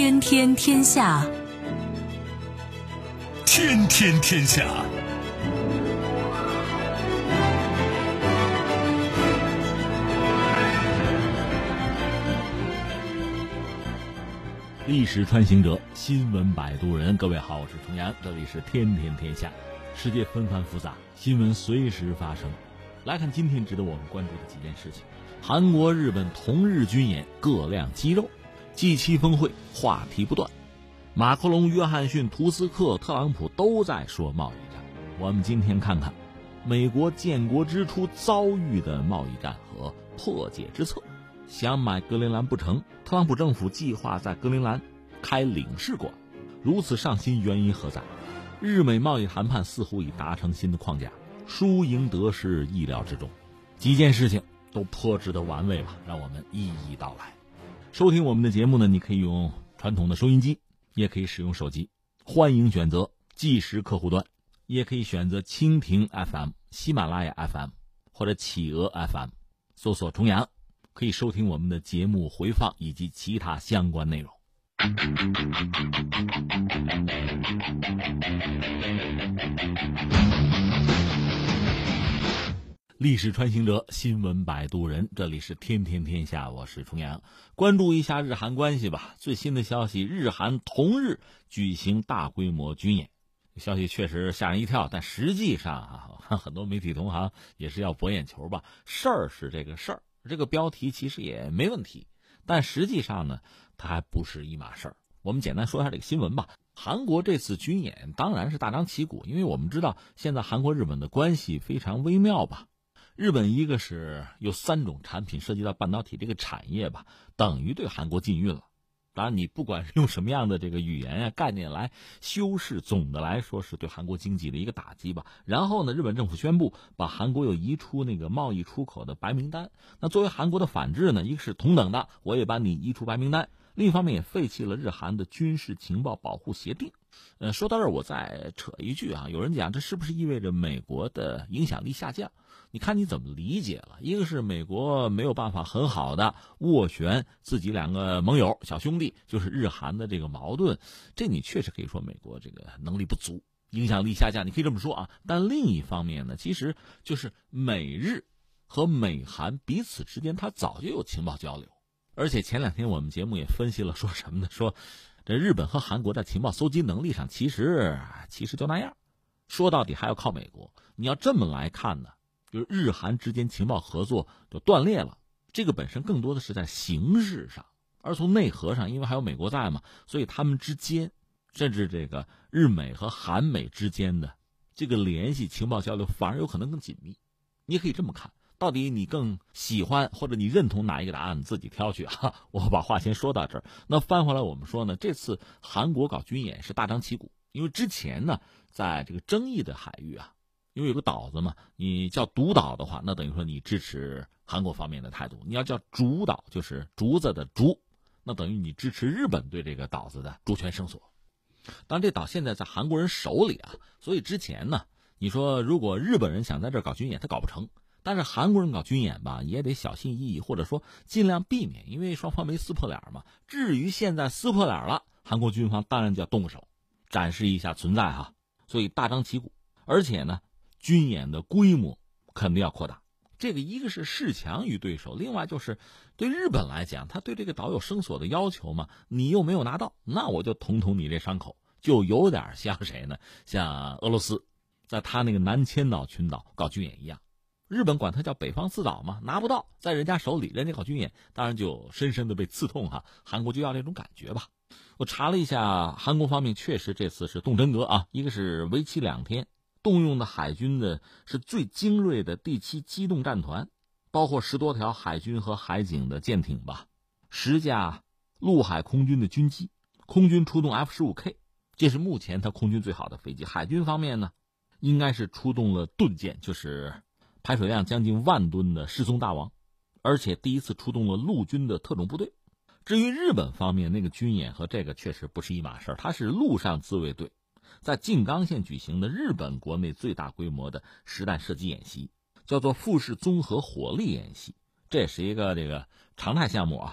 天天天下， 天天天下。 历史穿行者，新闻摆渡人。各位好，我是重阳，这里是天天天下。世界纷繁复杂，新闻随时发生。来看今天值得我们关注的几件事情。韩国、日本同日军演，各亮肌肉。G7峰会话题不断，马克龙、约翰逊、图斯克、特朗普都在说贸易战。我们今天看看美国建国之初遭遇的贸易战和破解之策。想买格陵兰不成，特朗普政府计划在格陵兰开领事馆，如此上心原因何在？日美贸易谈判似乎已达成新的框架，输赢得失意料之中，几件事情都颇值得玩味吧，让我们一一道来。收听我们的节目呢，你可以用传统的收音机，也可以使用手机，欢迎选择即时客户端，也可以选择蜻蜓 FM、喜马拉雅 FM 或者企鹅 FM， 搜索重阳，可以收听我们的节目回放以及其他相关内容。历史穿行者，新闻摆渡人，这里是天天天下，我是重阳。关注一下日韩关系吧。最新的消息，日韩同日举行大规模军演。消息确实吓人一跳，但实际上很多媒体同行也是要博眼球吧。事儿是这个事儿，这个标题其实也没问题，但实际上呢，它还不是一码事儿。我们简单说一下这个新闻吧。韩国这次军演当然是大张旗鼓，因为我们知道现在韩国日本的关系非常微妙吧。日本一个是有3种产品涉及到半导体这个产业吧，等于对韩国禁运了。当然你不管是用什么样的这个语言概念来修饰，总的来说是对韩国经济的一个打击吧。然后呢，日本政府宣布把韩国又移出那个贸易出口的白名单。那作为韩国的反制呢，一个是同等的，我也把你移出白名单，另一方面也废弃了日韩的军事情报保护协定。说到这儿我再扯一句有人讲这是不是意味着美国的影响力下降？你看你怎么理解了。一个是美国没有办法很好的斡旋自己2个盟友小兄弟，就是日韩的这个矛盾，这你确实可以说美国这个能力不足，影响力下降，你可以这么说但另一方面呢，其实就是美日和美韩彼此之间它早就有情报交流。而且前2天我们节目也分析了，说什么呢？说这日本和韩国在情报搜集能力上其实就那样，说到底还要靠美国。你要这么来看呢，就是日韩之间情报合作就断裂了，这个本身更多的是在形式上，而从内核上，因为还有美国在嘛，所以他们之间甚至这个日美和韩美之间的这个联系情报交流反而有可能更紧密。你也可以这么看，到底你更喜欢或者你认同哪一个答案，你自己挑去我把话先说到这儿。那翻回来我们说呢，这次韩国搞军演是大张旗鼓，因为之前呢，在这个争议的海域因为有个岛子嘛，你叫独岛的话，那等于说你支持韩国方面的态度；你要叫主岛，就是竹子的竹，那等于你支持日本对这个岛子的主权声索。当然这岛现在在韩国人手里所以之前呢，你说如果日本人想在这儿搞军演，他搞不成。但是韩国人搞军演吧，也得小心翼翼，或者说尽量避免，因为双方没撕破脸嘛。至于现在撕破脸了，韩国军方当然就要动个手，展示一下存在所以大张旗鼓，而且呢，军演的规模肯定要扩大。这个一个是势强于对手，另外就是对日本来讲，他对这个岛有声索的要求嘛，你又没有拿到，那我就捅你这伤口，就有点像谁呢？像俄罗斯在他那个南千岛群岛搞军演一样。日本管它叫北方四岛嘛，拿不到，在人家手里，人家搞军演，当然就深深的被刺痛韩国就要这种感觉吧。我查了一下，韩国方面确实这次是动真格一个是为期2天，动用的海军的是最精锐的第7机动战团，包括10多条海军和海警的舰艇吧，10架陆海空军的军机，空军出动 F-15K， 这是目前它空军最好的飞机。海军方面呢，应该是出动了盾舰，就是排水量将近10000吨的世宗大王，而且第一次出动了陆军的特种部队。至于日本方面那个军演和这个确实不是一码事，它是陆上自卫队在静冈县举行的日本国内最大规模的实弹射击演习，叫做富士综合火力演习，这也是一个这个常态项目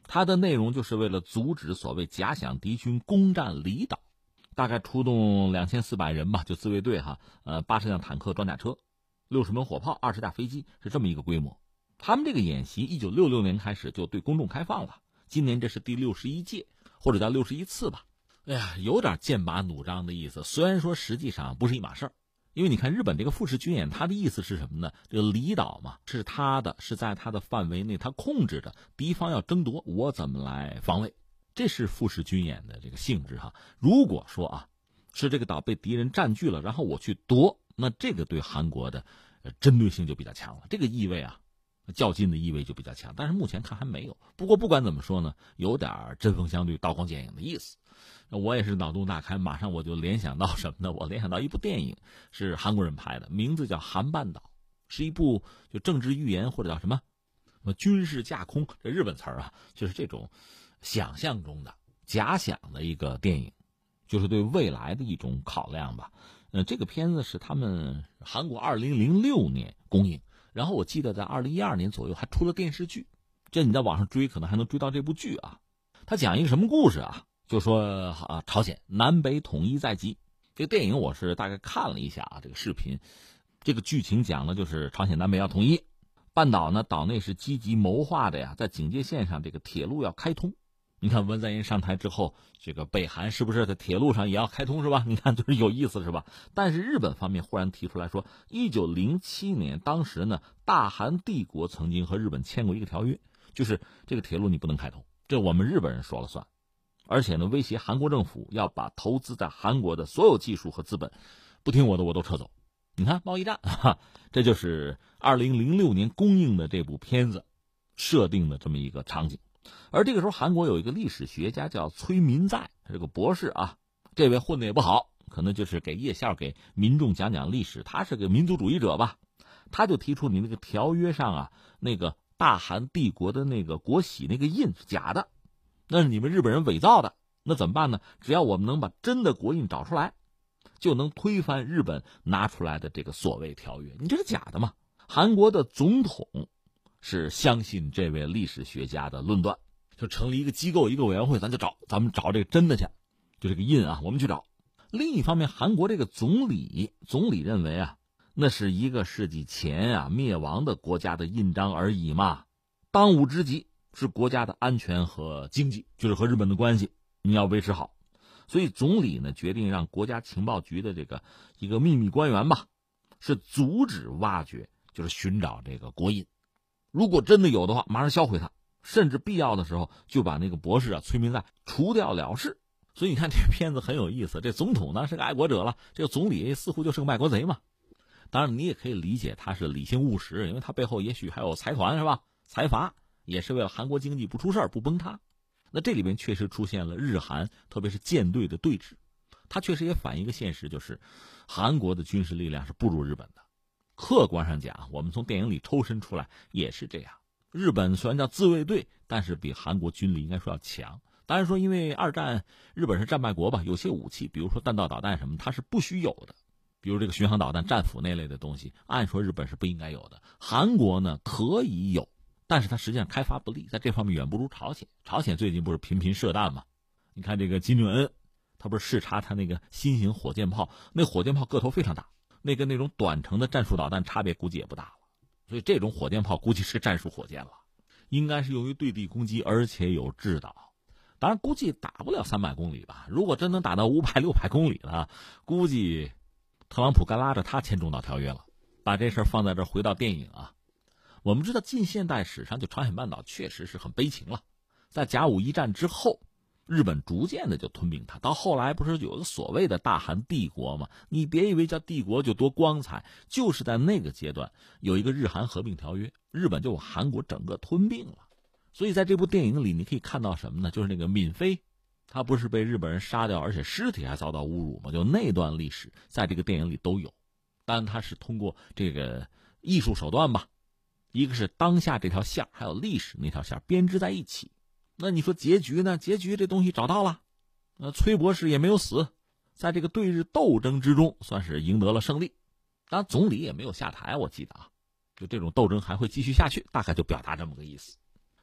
它的内容就是为了阻止所谓假想敌军攻占离岛，大概出动2400人吧，就自卫队80辆坦克装甲车，60门火炮，20架飞机，是这么一个规模。他们这个演习1966年开始就对公众开放了，今年这是第61届，或者叫61次吧。哎呀，有点剑拔弩张的意思，虽然说实际上不是一码事儿。因为你看日本这个富士军演，它的意思是什么呢？这个离岛嘛，是他的，是在他的范围内，他控制的，敌方要争夺，我怎么来防卫？这是富士军演的这个性质哈。如果说是这个岛被敌人占据了，然后我去夺，那这个对韩国的针对性就比较强了，这个意味较劲的意味就比较强。但是目前看还没有。不过不管怎么说呢，有点针锋相对、刀光剑影的意思。我也是脑洞大开，马上我就联想到什么呢？我联想到一部电影，是韩国人拍的，名字叫《韩半岛》，是一部就政治预言或者叫什么军事架空，这日本词儿就是这种想象中的假想的一个电影，就是对未来的一种考量吧。这个片子是他们韩国2006年公映，然后我记得在2012年左右还出了电视剧，这你在网上追可能还能追到这部剧啊。他讲一个什么故事就说朝鲜南北统一在即。这个电影我是大概看了一下这个视频，这个剧情讲的就是朝鲜南北要统一，半岛呢岛内是积极谋划的在警戒线上这个铁路要开通。你看文在寅上台之后，这个北韩是不是在铁路上也要开通是吧？你看就是有意思是吧？但是日本方面忽然提出来说，1907年当时呢大韩帝国曾经和日本签过一个条约，就是这个铁路你不能开通，这我们日本人说了算。而且呢，威胁韩国政府要把投资在韩国的所有技术和资本，不听我的我都撤走。你看贸易战这就是2006年公映的这部片子设定的这么一个场景。而这个时候韩国有一个历史学家叫崔民在，这个博士这位混得也不好，可能就是给夜校给民众讲讲历史，他是个民族主义者吧。他就提出你那个条约上那个大韩帝国的那个国玺那个印是假的，那是你们日本人伪造的，那怎么办呢？只要我们能把真的国印找出来，就能推翻日本拿出来的这个所谓条约。你这是假的嘛？韩国的总统是相信这位历史学家的论断，就成立一个机构一个委员会，咱们找这个真的去，就这个印我们去找。另一方面，韩国这个总理认为那是1个世纪前灭亡的国家的印章而已嘛，当务之急是国家的安全和经济，就是和日本的关系你要维持好。所以总理呢决定让国家情报局的这个一个秘密官员吧，是阻止挖掘，就是寻找这个国印。如果真的有的话，马上销毁它，甚至必要的时候就把那个博士崔民在除掉了事。所以你看这片子很有意思，这总统呢是个爱国者了，这个总理似乎就是个卖国贼嘛。当然你也可以理解他是理性务实，因为他背后也许还有财团是吧？财阀也是为了韩国经济不出事儿不崩塌。那这里边确实出现了日韩特别是舰队的对峙，它确实也反映一个现实，就是韩国的军事力量是不如日本的。客观上讲，我们从电影里抽身出来也是这样，日本虽然叫自卫队，但是比韩国军力应该说要强。当然说因为二战日本是战败国吧，有些武器比如说弹道导弹什么它是不许有的，比如这个巡航导弹战斧那类的东西，按说日本是不应该有的。韩国呢可以有，但是它实际上开发不利，在这方面远不如朝鲜。朝鲜最近不是频频射弹吗？你看这个金正恩他不是视察他那个新型火箭炮，那火箭炮个头非常大，那跟那种短程的战术导弹差别估计也不大了。所以这种火箭炮估计是战术火箭了，应该是用于对地攻击，而且有制导。当然估计打不了300公里吧，如果真能打到500、600公里了，估计特朗普该拉着他签中导条约了。把这事儿放在这儿，回到电影我们知道近现代史上就朝鲜半岛确实是很悲情了，在甲午一战之后，日本逐渐的就吞并它，到后来不是有个所谓的大韩帝国吗？你别以为叫帝国就多光彩，就是在那个阶段有一个日韩合并条约，日本就把韩国整个吞并了。所以在这部电影里你可以看到什么呢？就是那个闵妃他不是被日本人杀掉，而且尸体还遭到侮辱吗？就那段历史在这个电影里都有。当然他是通过这个艺术手段吧，一个是当下这条线，还有历史那条线编织在一起。那你说结局呢？结局这东西找到了，崔博士也没有死，在这个对日斗争之中算是赢得了胜利。当然总理也没有下台，我记得就这种斗争还会继续下去，大概就表达这么个意思。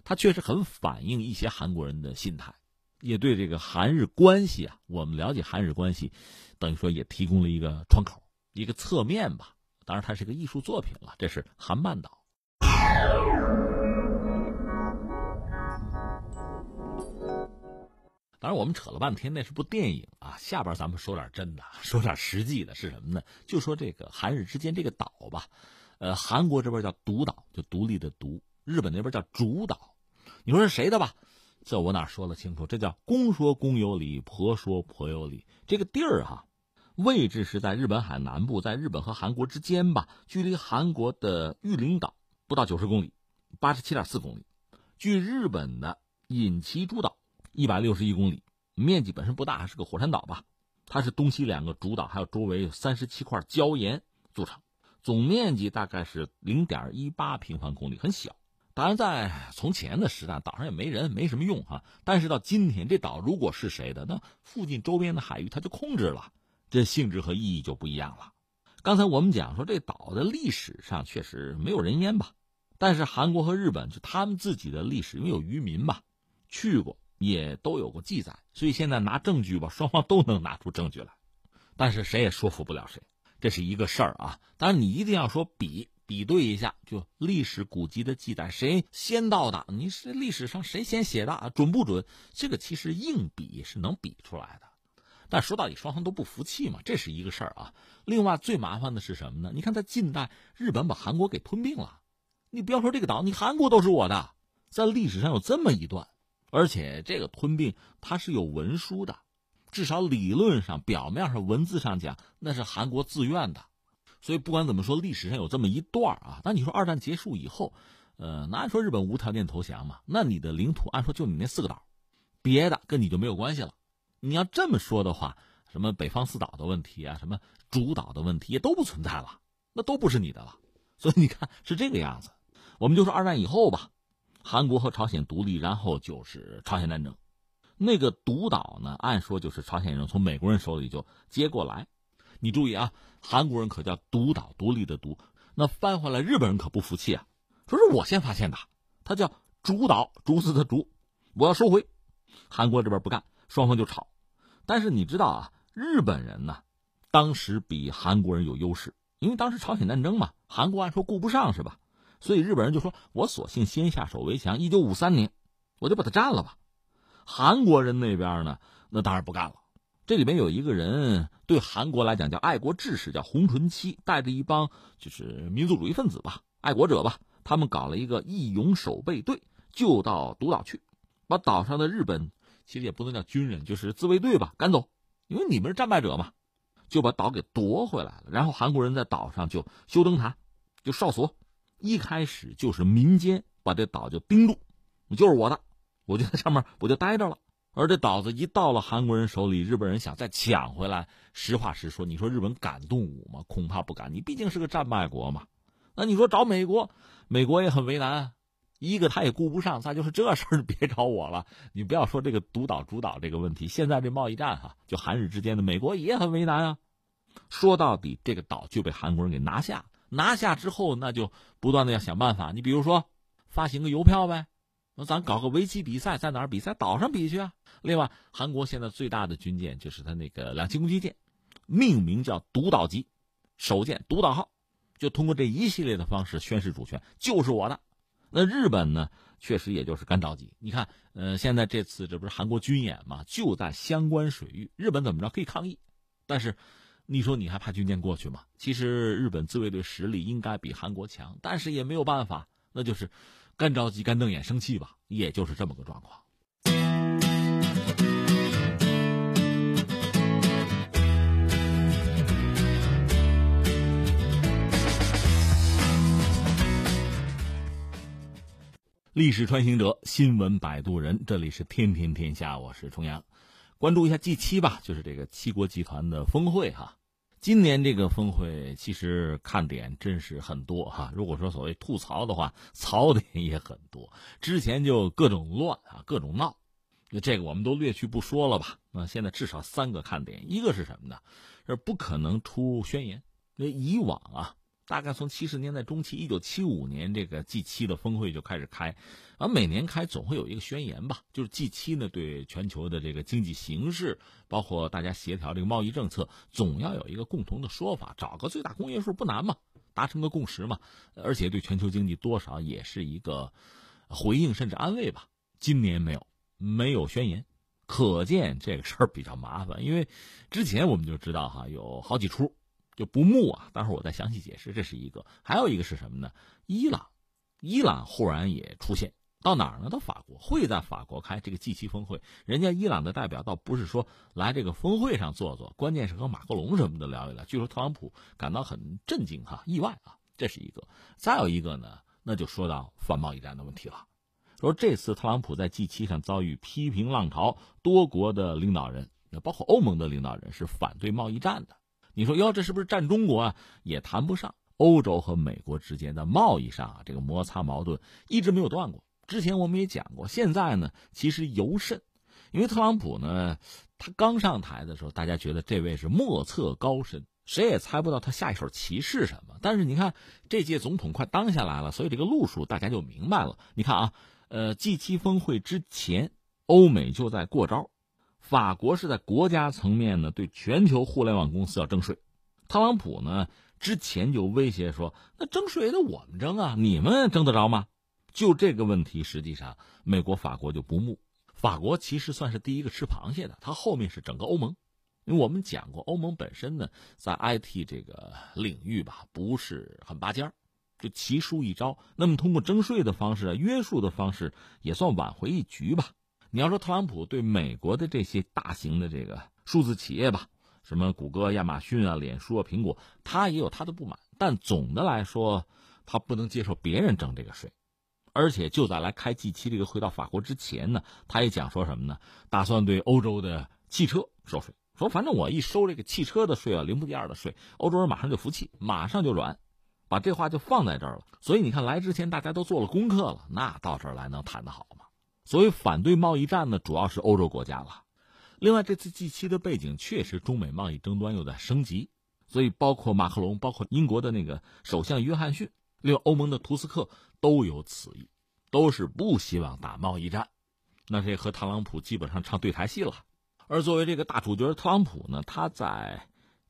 它确实很反映一些韩国人的心态，也对这个韩日关系啊，我们了解韩日关系，等于说也提供了一个窗口，一个侧面吧。当然，它是个艺术作品了，这是韩半岛。当然，我们扯了半天，那是部电影啊。下边咱们说点真的，说点实际的，是什么呢？就说这个韩日之间这个岛吧，韩国这边叫独岛，就独立的独；日本那边叫主岛。你说是谁的吧？这我哪说得清楚？这叫公说公有理，婆说婆有理。这个地儿哈，位置是在日本海南部，在日本和韩国之间吧，距离韩国的玉林岛不到90公里，87.4公里。距日本的隐岐诸岛161公里，面积本身不大，还是个火山岛吧。它是东西2个主岛，还有周围有37块礁岩组成，总面积大概是0.18平方公里，很小。当然，在从前的时代，岛上也没人，没什么用啊。但是到今天，这岛如果是谁的，那附近周边的海域它就控制了，这性质和意义就不一样了。刚才我们讲说，这岛的历史上确实没有人烟吧，但是韩国和日本就他们自己的历史，因为有渔民吧，去过也都有过记载，所以现在拿证据吧，双方都能拿出证据来，但是谁也说服不了谁，这是一个事儿啊。当然，你一定要说比对一下，就历史古籍的记载，谁先到的？你是历史上谁先写的，准不准？这个其实硬比是能比出来的。但说到底，双方都不服气嘛，这是一个事儿啊。另外，最麻烦的是什么呢？你看，在近代，日本把韩国给吞并了，你不要说这个岛，你韩国都是我的，在历史上有这么一段，而且这个吞并它是有文书的，至少理论上、表面上、文字上讲，那是韩国自愿的。所以不管怎么说，历史上有这么一段啊。那你说二战结束以后，那按说日本无条件投降嘛，那你的领土按说就你那4个岛，别的跟你就没有关系了。你要这么说的话，什么北方四岛的问题啊，什么主岛的问题也都不存在了，那都不是你的了。所以你看是这个样子。我们就说二战以后吧，韩国和朝鲜独立，然后就是朝鲜战争。那个独岛呢，按说就是朝鲜人从美国人手里就接过来。你注意啊，韩国人可叫独岛，独立的独。那翻回来，日本人可不服气啊，说是我先发现的，他叫主岛，竹子的竹，我要收回。韩国这边不干，双方就吵。但是你知道啊，日本人呢，当时比韩国人有优势，因为当时朝鲜战争嘛，韩国按说顾不上是吧？所以日本人就说，我索性先下手为强，1953年我就把它占了吧。韩国人那边呢，那当然不干了。这里面有一个人对韩国来讲叫爱国志士，叫洪纯七，带着一帮就是民族主义分子吧，爱国者吧，他们搞了一个义勇守备队，就到独岛去，把岛上的日本其实也不能叫军人，就是自卫队吧，赶走，因为你们是战败者嘛，就把岛给夺回来了。然后韩国人在岛上就修灯塔，就哨所，一开始就是民间把这岛就盯住，就是我的，我就在上面我就待着了。而这岛子一到了韩国人手里，日本人想再抢回来，实话实说，你说日本敢动武吗？恐怕不敢，你毕竟是个战败国嘛。那你说找美国，美国也很为难，一个他也顾不上，再就是这事儿别找我了。你不要说这个独岛主岛这个问题，现在这贸易战哈，就韩日之间的，美国也很为难啊。说到底，这个岛就被韩国人给拿下，拿下之后，那就不断的要想办法。你比如说发行个邮票呗，那咱搞个围棋比赛，在哪儿比赛？岛上比去啊。另外，韩国现在最大的军舰就是它那个2栖攻击舰，命名叫独岛级，首舰独岛号，就通过这一系列的方式宣示主权，就是我的。那日本呢，确实也就是干着急。你看，现在这次这不是韩国军演嘛，就在相关水域，日本怎么着可以抗议，但是你说你还派军舰过去吗？其实日本自卫队实力应该比韩国强，但是也没有办法，那就是干着急干瞪眼生气吧，也就是这么个状况。历史穿行者，新闻摆渡人，这里是天天天下，我是重阳。关注一下 G7 吧，就是这个七国集团的峰会哈。今年这个峰会其实看点真是很多哈。如果说所谓吐槽的话，槽点也很多。之前就各种乱啊，各种闹，这个我们都略去不说了吧。那现在至少3个看点，一个是什么呢？是不可能出宣言。因为以往啊， 大概从70年代中期，1975年这个 G7 的峰会就开始开，而每年开总会有一个宣言吧，就是 G7 呢对全球的这个经济形势，包括大家协调这个贸易政策，总要有一个共同的说法，找个最大公约数不难嘛，达成个共识嘛，而且对全球经济多少也是一个回应甚至安慰吧。今年没有宣言，可见这个事儿比较麻烦，因为之前我们就知道哈，有好几出就不睦啊，待会儿我再详细解释，这是一个。还有一个是什么呢？伊朗忽然也出现到哪儿呢？到法国，会在法国开这个 G7 峰会，人家伊朗的代表倒不是说来这个峰会上坐坐，关键是和马克龙什么的聊一聊。据说特朗普感到很震惊哈，意外啊，这是一个。再有一个呢，那就说到反贸易战的问题了。说这次特朗普在 G7 上遭遇批评浪潮，多国的领导人，包括欧盟的领导人是反对贸易战的。你说哟，这是不是战中国啊？也谈不上。欧洲和美国之间的贸易上这个摩擦矛盾一直没有断过。之前我们也讲过，现在呢其实尤甚，因为特朗普呢，他刚上台的时候，大家觉得这位是莫测高深，谁也猜不到他下一手棋是什么。但是你看这届总统快当下来了，所以这个路数大家就明白了。你看啊。G7 峰会之前，欧美就在过招，法国是在国家层面呢对全球互联网公司要征税，特朗普呢之前就威胁说，那征税的我们征啊，你们征得着吗？就这个问题，实际上美国、法国就不睦。法国其实算是第一个吃螃蟹的，它后面是整个欧盟。因为我们讲过，欧盟本身呢在 IT 这个领域吧不是很拔尖儿。就棋输一招，那么通过征税的方式约束的方式也算挽回一局吧。你要说特朗普对美国的这些大型的这个数字企业吧，什么谷歌、亚马逊啊、脸书啊、苹果，他也有他的不满，但总的来说他不能接受别人征这个税。而且就在来开 G7 这个会到法国之前呢，他也讲说什么呢？打算对欧洲的汽车收税，说反正我一收这个汽车的税啊，零部件的税，欧洲人马上就服气，马上就软。把这话就放在这儿了，所以你看来之前大家都做了功课了，那到这儿来能谈得好吗？所以反对贸易战呢，主要是欧洲国家了。另外这次 G7 的背景确实中美贸易争端又在升级，所以包括马克龙，包括英国的那个首相约翰逊，另外欧盟的图斯克都有此意，都是不希望打贸易战。那这和特朗普基本上唱对台戏了。而作为这个大主角特朗普呢，他在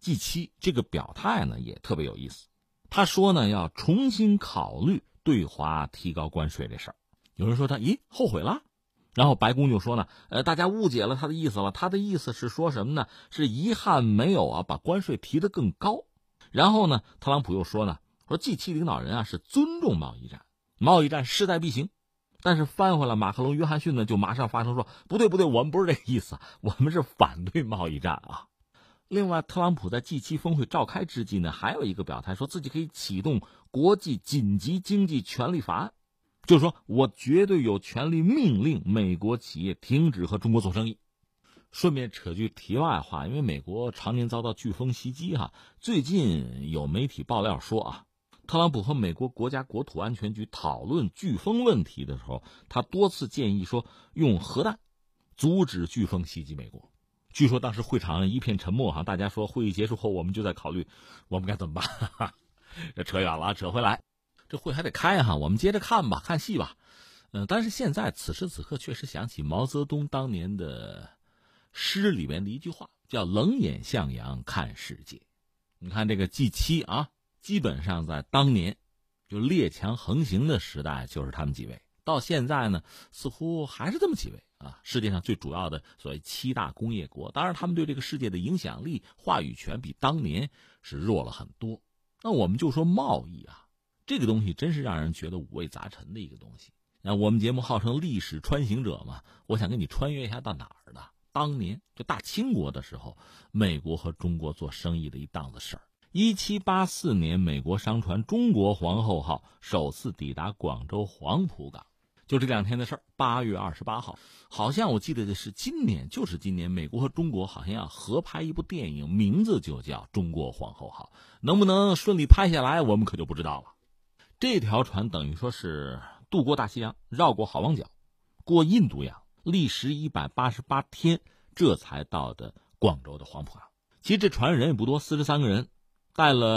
G7 这个表态呢也特别有意思。他说呢，要重新考虑对华提高关税这事儿。有人说他，后悔了？然后白宫就说呢，大家误解了他的意思了。他的意思是说什么呢？是遗憾没有把关税提得更高。然后呢，特朗普又说呢，说 G7 领导人是尊重贸易战，贸易战势在必行。但是翻回来，马克龙、约翰逊呢就马上发声说，不对，我们不是这个意思，我们是反对贸易战啊。另外，特朗普在 G7 峰会召开之际呢，还有一个表态，说自己可以启动国际紧急经济权利法案，就是说我绝对有权利命令美国企业停止和中国做生意。顺便扯句题外话，因为美国常年遭到飓风袭击最近有媒体爆料说特朗普和美国国家国土安全局讨论飓风问题的时候，他多次建议说用核弹阻止飓风袭击美国。据说当时会场一片沉默大家说会议结束后我们就在考虑我们该怎么办。这扯远了，扯回来，这会还得开我们接着看吧，看戏吧。但是现在此时此刻确实想起毛泽东当年的诗里面的一句话，叫冷眼向阳看世界。你看这个 G7 基本上在当年就列强横行的时代就是他们几位，到现在呢似乎还是这么几位世界上最主要的所谓7大工业国。当然他们对这个世界的影响力、话语权比当年是弱了很多。那我们就说贸易这个东西真是让人觉得五味杂陈的一个东西。那我们节目号称历史穿行者嘛，我想跟你穿越一下到哪儿呢？当年就大清国的时候，美国和中国做生意的一档子事儿。1784年，美国商船中国皇后号首次抵达广州黄埔港，就这2天的事儿。8月28号，好像我记得就是今年，美国和中国好像要合拍一部电影，名字就叫《中国皇后号》，能不能顺利拍下来，我们可就不知道了。这条船等于说是渡过大西洋，绕过好望角，过印度洋，历时188天，这才到的广州的黄埔港。其实这船人也不多，43个人，带了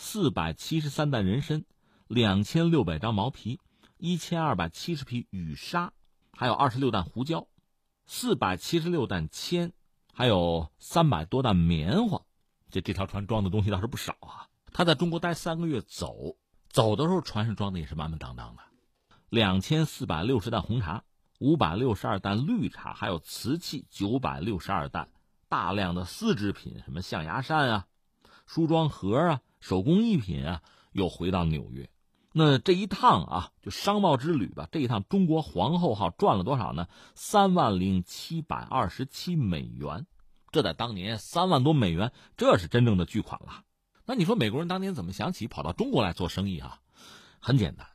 473担人参、2600张毛皮、1270匹羽纱，还有26担胡椒、476担铅，还有300多担棉花。这条船装的东西倒是不少啊。他在中国待3个月走的时候，船上装的也是满满当当的。2460担红茶、562担绿茶，还有瓷器962担，大量的丝织品，什么象牙扇啊、梳妆盒啊、手工艺品啊，又回到纽约。那这一趟啊，就商贸之旅吧，这一趟中国皇后号赚了多少呢？30727美元。这在当年3万多美元，这是真正的巨款了。那你说美国人当年怎么想起跑到中国来做生意啊？很简单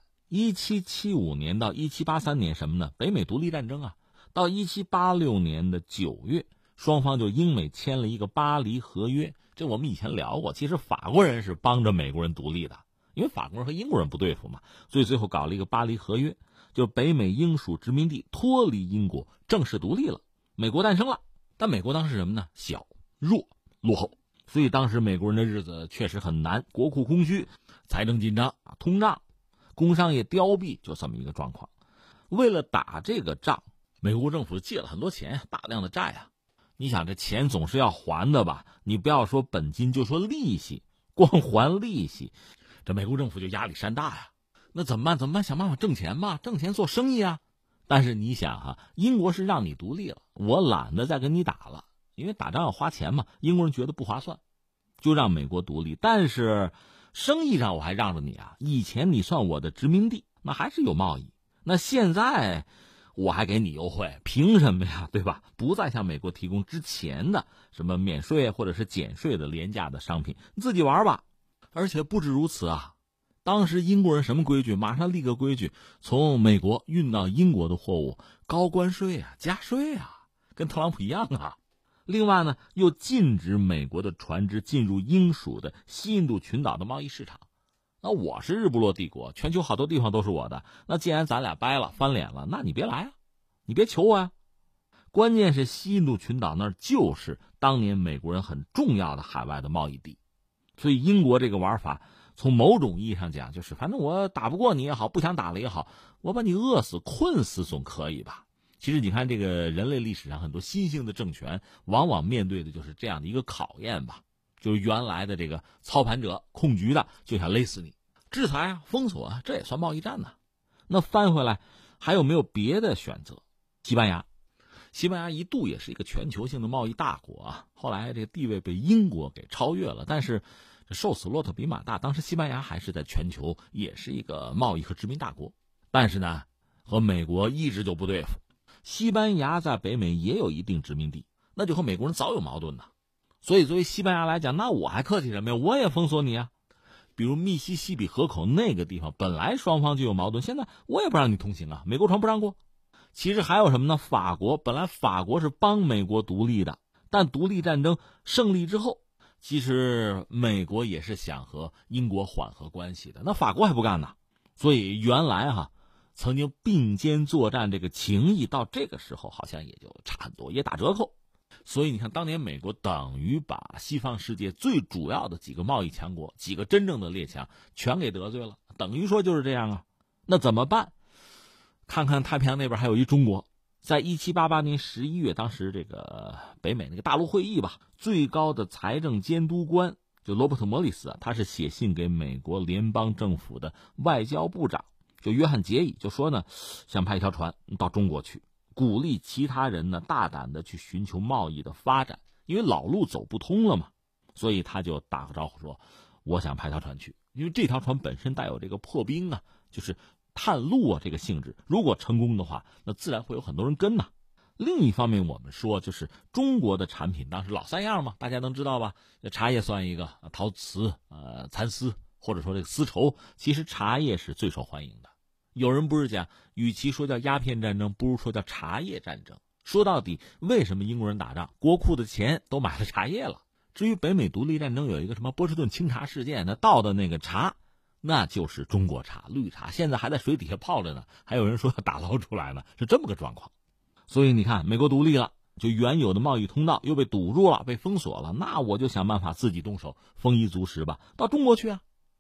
，1775年到1783年什么呢？北美独立战争啊。到1786年的9月，双方就英美签了一个巴黎合约。这我们以前聊过，其实法国人是帮着美国人独立的，因为法国人和英国人不对付嘛，所以最后搞了一个巴黎合约，就北美英属殖民地脱离英国，正式独立了，美国诞生了。但美国当时什么呢？小、弱、落后，所以当时美国人的日子确实很难，国库空虚，财政紧张，通胀，工商业凋敝，就这么一个状况。为了打这个仗，美国政府借了很多钱，大量的债啊。你想这钱总是要还的吧？你不要说本金，就说利息，光还利息，这美国政府就压力山大呀。那怎么办？想办法挣钱嘛，挣钱做生意啊。但是你想哈，英国是让你独立了，我懒得再跟你打了，因为打仗要花钱嘛，英国人觉得不划算，就让美国独立。但是生意上我还让着你啊，以前你算我的殖民地，那还是有贸易，那现在我还给你优惠，凭什么呀？对吧？不再向美国提供之前的什么免税或者是减税的廉价的商品，你自己玩吧。而且不止如此啊，当时英国人什么规矩？马上立个规矩，从美国运到英国的货物高关税啊，加税啊，跟特朗普一样啊。另外呢，又禁止美国的船只进入英属的西印度群岛的贸易市场。那我是日不落帝国，全球好多地方都是我的。那既然咱俩掰了，翻脸了，那你别来啊，你别求我呀。关键是西印度群岛那儿就是当年美国人很重要的海外的贸易地，所以英国这个玩法，从某种意义上讲，就是反正我打不过你也好，不想打了也好，我把你饿死、困死总可以吧？其实你看，这个人类历史上很多新兴的政权，往往面对的就是这样的一个考验吧。就是原来的这个操盘者、控局的，就想勒死你，制裁啊、封锁啊，这也算贸易战呢。那翻回来，还有没有别的选择？西班牙一度也是一个全球性的贸易大国啊，后来这个地位被英国给超越了，但是瘦死骆驼比马大，当时西班牙还是在全球也是一个贸易和殖民大国，但是呢，和美国一直就不对付。西班牙在北美也有一定殖民地，那就和美国人早有矛盾呢。所以作为西班牙来讲，那我还客气什么呀？我也封锁你啊。比如密西西比河口那个地方，本来双方就有矛盾，现在我也不让你通行啊，美国船不让过。其实还有什么呢？法国本来法国是帮美国独立的，但独立战争胜利之后，其实美国也是想和英国缓和关系的，那法国还不干呢。所以原来曾经并肩作战这个情谊，到这个时候好像也就差很多，也打折扣。所以你看，当年美国等于把西方世界最主要的几个贸易强国、几个真正的列强全给得罪了，等于说就是这样啊。那怎么办？看看太平洋那边还有一中国，在1788年11月，当时这个北美那个大陆会议吧，最高的财政监督官就罗伯特·莫里斯啊，他是写信给美国联邦政府的外交部长，就约翰·杰伊，就说呢，想派一条船到中国去，鼓励其他人呢大胆的去寻求贸易的发展，因为老路走不通了嘛，所以他就打个招呼说，我想派条船去，因为这条船本身带有这个破冰啊，就是探路啊这个性质，如果成功的话，那自然会有很多人跟呐。另一方面，我们说就是中国的产品当时老三样嘛，大家能知道吧？茶叶算一个，陶瓷、蚕丝，或者说这个丝绸，其实茶叶是最受欢迎的。有人不是讲，与其说叫鸦片战争，不如说叫茶叶战争。说到底，为什么英国人打仗？国库的钱都买了茶叶了。至于北美独立战争有一个什么波士顿清茶事件，那倒的那个茶，那就是中国茶，绿茶，现在还在水底下泡着呢，还有人说要打捞出来呢，是这么个状况。所以你看，美国独立了，就原有的贸易通道又被堵住了，被封锁了，那我就想办法自己动手，丰衣足食吧，到中国去啊。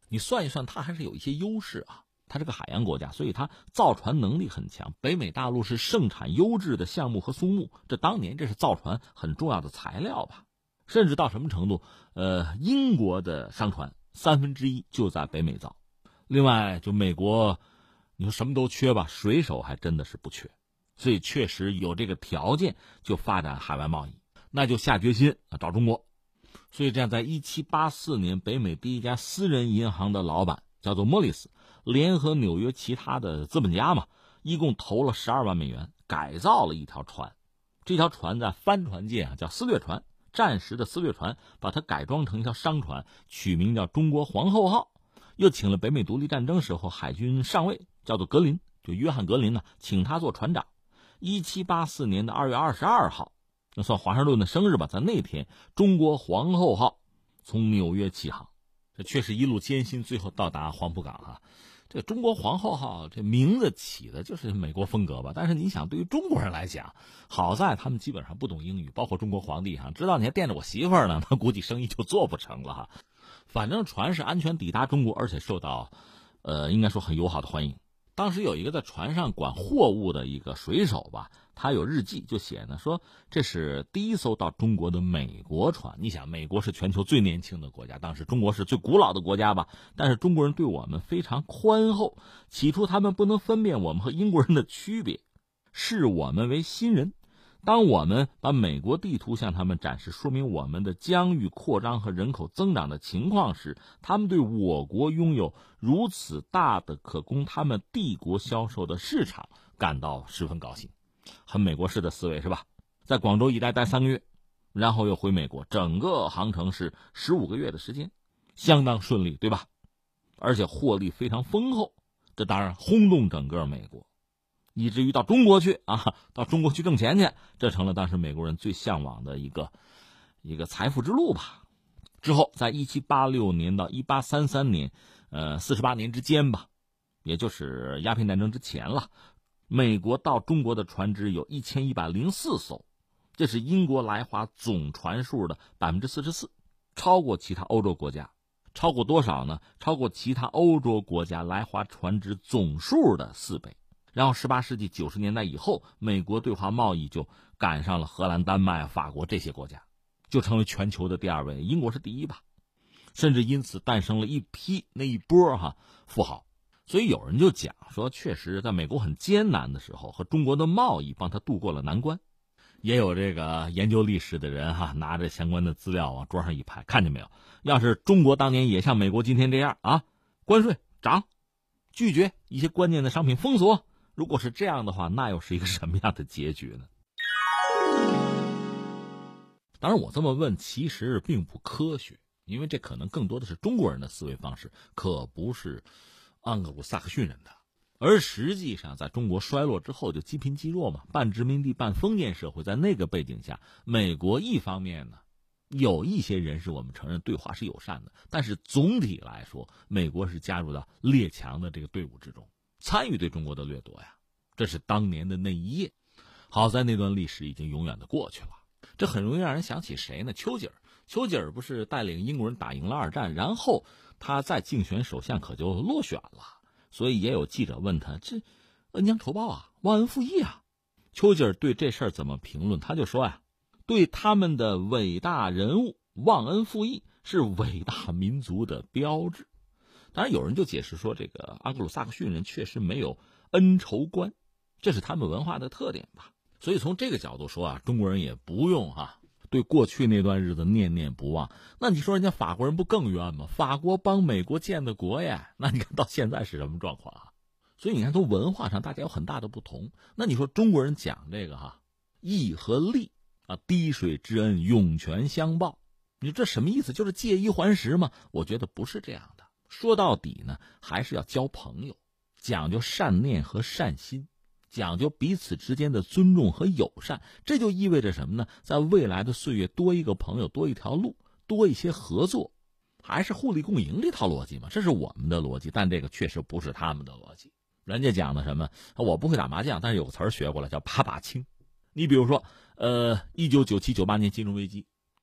你算一算，它还是有一些优势啊。它是个海洋国家，所以它造船能力很强。北美大陆是盛产优质的橡木和松木，这当年这是造船很重要的材料吧。甚至到什么程度？英国的商船1/3就在北美造。另外，就美国，你说什么都缺吧，水手还真的是不缺，所以确实有这个条件就发展海外贸易，那就下决心找中国。所以这样，在1784年，北美第一家私人银行的老板叫做莫里斯，联合纽约其他的资本家嘛，一共投了12万美元，改造了一条船。这条船在帆船界叫丝掠船，战时的丝掠船，把它改装成一条商船，取名叫中国皇后号。又请了北美独立战争时候海军上尉叫做格林，就约翰格林呢，请他做船长。1784年的2月22号，那算华盛顿的生日吧，在那天，中国皇后号从纽约起航。这确实一路艰辛，最后到达黄浦港啊。这中国皇后号这名字起的就是美国风格吧，但是你想，对于中国人来讲，好在他们基本上不懂英语，包括中国皇帝哈，知道你还惦着我媳妇儿呢，那估计生意就做不成了哈。反正船是安全抵达中国，而且受到应该说很友好的欢迎。当时有一个在船上管货物的一个水手吧，他有日记就写呢，说这是第一艘到中国的美国船。你想，美国是全球最年轻的国家，当时中国是最古老的国家吧，但是中国人对我们非常宽厚。起初他们不能分辨我们和英国人的区别，视我们为新人。当我们把美国地图向他们展示，说明我们的疆域扩张和人口增长的情况时，他们对我国拥有如此大的可供他们帝国销售的市场感到十分高兴。很美国式的思维是吧？在广州一带待3个月，然后又回美国，整个航程是15个月的时间，相当顺利，对吧？而且获利非常丰厚，这当然轰动整个美国，以至于到中国去到中国去挣钱去，这成了当时美国人最向往的一个财富之路吧。之后，在1786年到1833年，48年之间吧，也就是鸦片战争之前了，美国到中国的船只有1104艘，这是英国来华总船数的44%，超过其他欧洲国家。超过多少呢？超过其他欧洲国家来华船只总数的4倍。然后18世纪90年代以后，美国对华贸易就赶上了荷兰、丹麦、法国这些国家，就成为全球的第2位，英国是第1吧。甚至因此诞生了一波富豪。所以有人就讲说，确实在美国很艰难的时候，和中国的贸易帮他度过了难关。也有这个研究历史的人拿着相关的资料往桌上一拍，看见没有？要是中国当年也像美国今天这样关税涨，拒绝一些关键的商品封锁，如果是这样的话，那又是一个什么样的结局呢？当然我这么问其实并不科学，因为这可能更多的是中国人的思维方式，可不是盎格鲁撒克逊人的。而实际上在中国衰落之后就积贫积弱嘛，半殖民地半封建社会，在那个背景下，美国一方面呢有一些人是我们承认对华是友善的，但是总体来说美国是加入到列强的这个队伍之中，参与对中国的掠夺呀，这是当年的那一页。好在那段历史已经永远的过去了，这很容易让人想起谁呢？丘吉尔不是带领英国人打赢了2战，然后他再竞选首相可就落选了。所以也有记者问他，这恩将仇报忘恩负义丘吉尔对这事儿怎么评论？他就说对他们的伟大人物忘恩负义是伟大民族的标志。当然有人就解释说，这个盎格鲁撒克逊人确实没有恩仇观，这是他们文化的特点吧。所以从这个角度说中国人也不用对过去那段日子念念不忘。那你说人家法国人不更冤吗？法国帮美国建的国呀，那你看到现在是什么状况所以你看从文化上大家有很大的不同。那你说中国人讲这个义和利滴水之恩涌泉相报，你说这什么意思？就是借1还10吗？我觉得不是这样的。说到底呢，还是要交朋友，讲究善念和善心，讲究彼此之间的尊重和友善。这就意味着什么呢？在未来的岁月，多一个朋友，多一条路，多一些合作，还是互利共赢这套逻辑嘛？这是我们的逻辑，但这个确实不是他们的逻辑。人家讲的什么？我不会打麻将，但是有个词儿学过来叫把把清。你比如说1997-98年金融危机，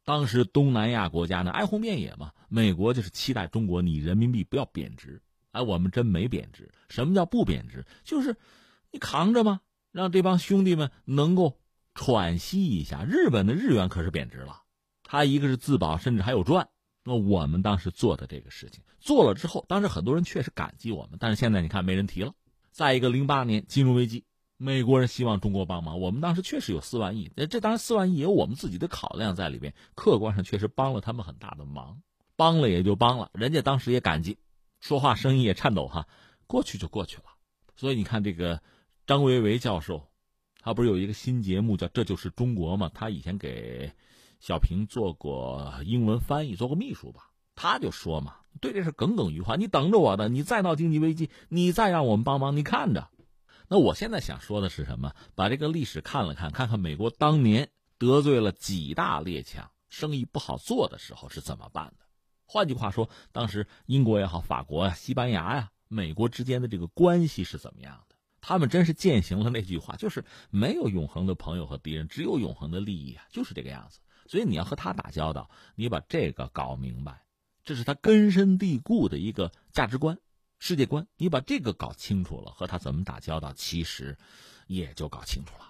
当时东南亚国家呢哀鸿遍野嘛，美国就是期待中国你人民币不要贬值。哎，我们真没贬值。什么叫不贬值？就是你扛着嘛，让这帮兄弟们能够喘息一下。日本的日元可是贬值了，他一个是自保，甚至还有赚。那我们当时做的这个事情做了之后，当时很多人确实感激我们，但是现在你看没人提了。再一个08年金融危机，美国人希望中国帮忙，我们当时确实有4万亿，这当然4万亿也有我们自己的考量在里边，客观上确实帮了他们很大的忙，帮了也就帮了，人家当时也感激，说话声音也颤抖哈，过去就过去了。所以你看这个张维为教授，他不是有一个新节目叫《这就是中国》吗？他以前给小平做过英文翻译，做过秘书吧，他就说嘛，对这事耿耿于怀，你等着我的，你再闹经济危机，你再让我们帮忙，你看着。那我现在想说的是什么？把这个历史看了看，看看美国当年得罪了几大列强，生意不好做的时候是怎么办的。换句话说，当时英国也好，法国呀、西班牙呀、美国之间的这个关系是怎么样的？他们真是践行了那句话，就是没有永恒的朋友和敌人，只有永恒的利益啊，就是这个样子。所以你要和他打交道，你把这个搞明白，这是他根深蒂固的一个价值观、世界观，你把这个搞清楚了，和他怎么打交道，其实也就搞清楚了。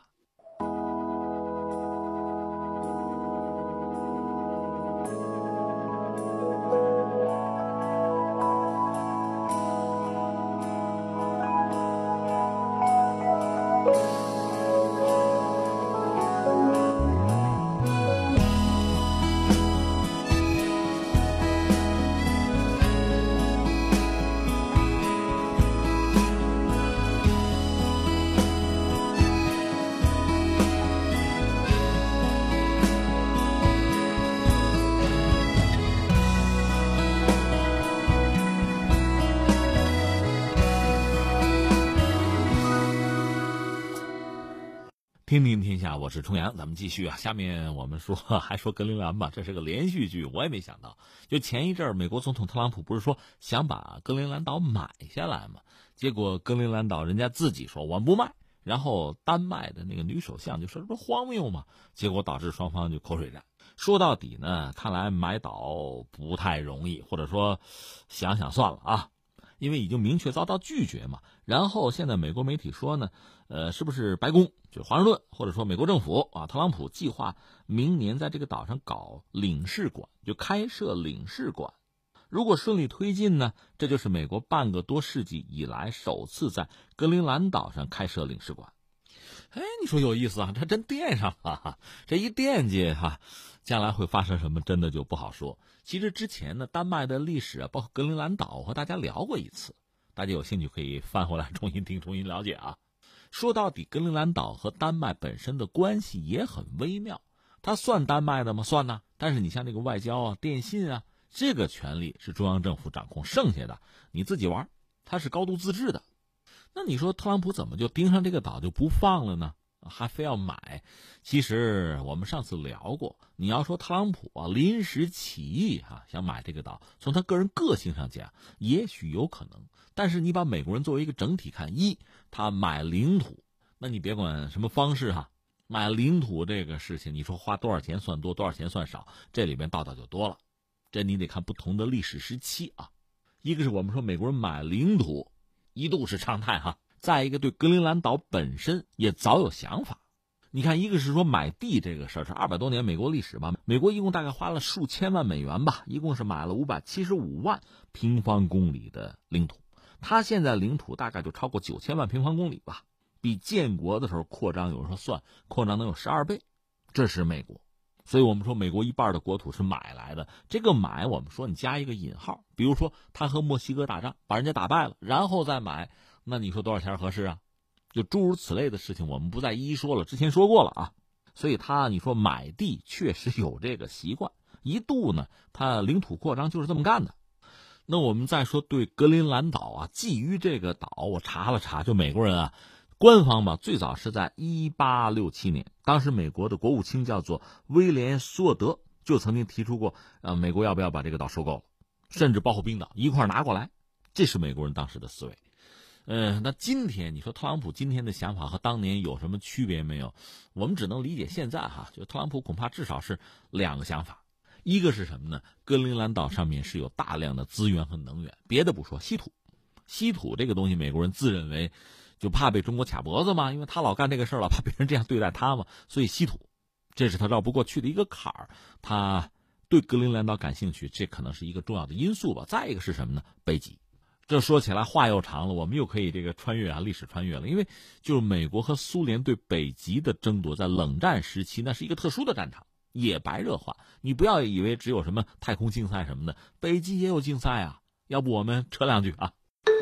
听听天下，我是重阳，咱们继续啊。下面我们说，还说格陵兰吧，这是个连续剧，我也没想到。就前一阵儿，美国总统特朗普不是说想把格陵兰岛买下来吗？结果格陵兰岛人家自己说我们不卖，然后丹麦的那个女首相就说这不荒谬吗？结果导致双方就口水战。说到底呢，看来买岛不太容易，或者说想想算了啊。因为已经明确遭到拒绝嘛，然后现在美国媒体说呢，是不是白宫就华盛顿或者说美国政府啊，特朗普计划明年在这个岛上搞领事馆，就开设领事馆。如果顺利推进呢，这就是美国半个多世纪以来首次在格陵兰岛上开设领事馆。哎，你说有意思啊，这真惦上了，这一惦记哈，将来会发生什么真的就不好说。其实之前呢，丹麦的历史啊，包括格陵兰岛，我和大家聊过一次，大家有兴趣可以翻回来重新听、重新了解啊。说到底，格陵兰岛和丹麦本身的关系也很微妙，它算丹麦的吗？算呢。但是你像这个外交啊、电信啊，这个权力是中央政府掌控，剩下的你自己玩，它是高度自治的。那你说特朗普怎么就盯上这个岛就不放了呢？还非要买？其实我们上次聊过，你要说特朗普啊临时起意想买这个岛，从他个人个性上讲也许有可能，但是你把美国人作为一个整体看，他买领土，那你别管什么方式买领土这个事情，你说花多少钱算多，多少钱算少，这里边道道就多了。这你得看不同的历史时期啊。一个是我们说美国人买领土一度是常态再一个对格陵兰岛本身也早有想法。你看，一个是说买地这个事儿是200多年美国历史吧，美国一共大概花了数千万美元吧，一共是买了575万平方公里的领土。它现在领土大概就超过9000万平方公里吧，比建国的时候扩张，有人说算扩张能有12倍，这是美国。所以我们说美国一半的国土是买来的，这个买我们说你加一个引号，比如说他和墨西哥打仗把人家打败了，然后再买，那你说多少钱合适啊？就诸如此类的事情我们不再一一说了，之前说过了啊。所以你说买地确实有这个习惯，一度呢他领土扩张就是这么干的。那我们再说对格陵兰岛觊觎这个岛，我查了查，就美国人官方吧，最早是在1867年，当时美国的国务卿叫做威廉·苏沃德，就曾经提出过，美国要不要把这个岛收购了，甚至包括冰岛一块拿过来，这是美国人当时的思维。那今天你说特朗普今天的想法和当年有什么区别没有？我们只能理解现在就特朗普恐怕至少是2个想法。 一个是什么呢？格陵兰岛上面是有大量的资源和能源，别的不说，稀土这个东西，美国人自认为就怕被中国卡脖子嘛，因为他老干这个事儿了，怕别人这样对待他嘛，所以稀土这是他绕不过去的一个坎儿。他对格陵兰岛感兴趣，这可能是一个重要的因素吧。再一个是什么呢？北极。这说起来话又长了，我们又可以这个穿越啊，历史穿越了。因为就是美国和苏联对北极的争夺，在冷战时期那是一个特殊的战场，也白热化。你不要以为只有什么太空竞赛什么的，北极也有竞赛啊。要不我们扯两句啊。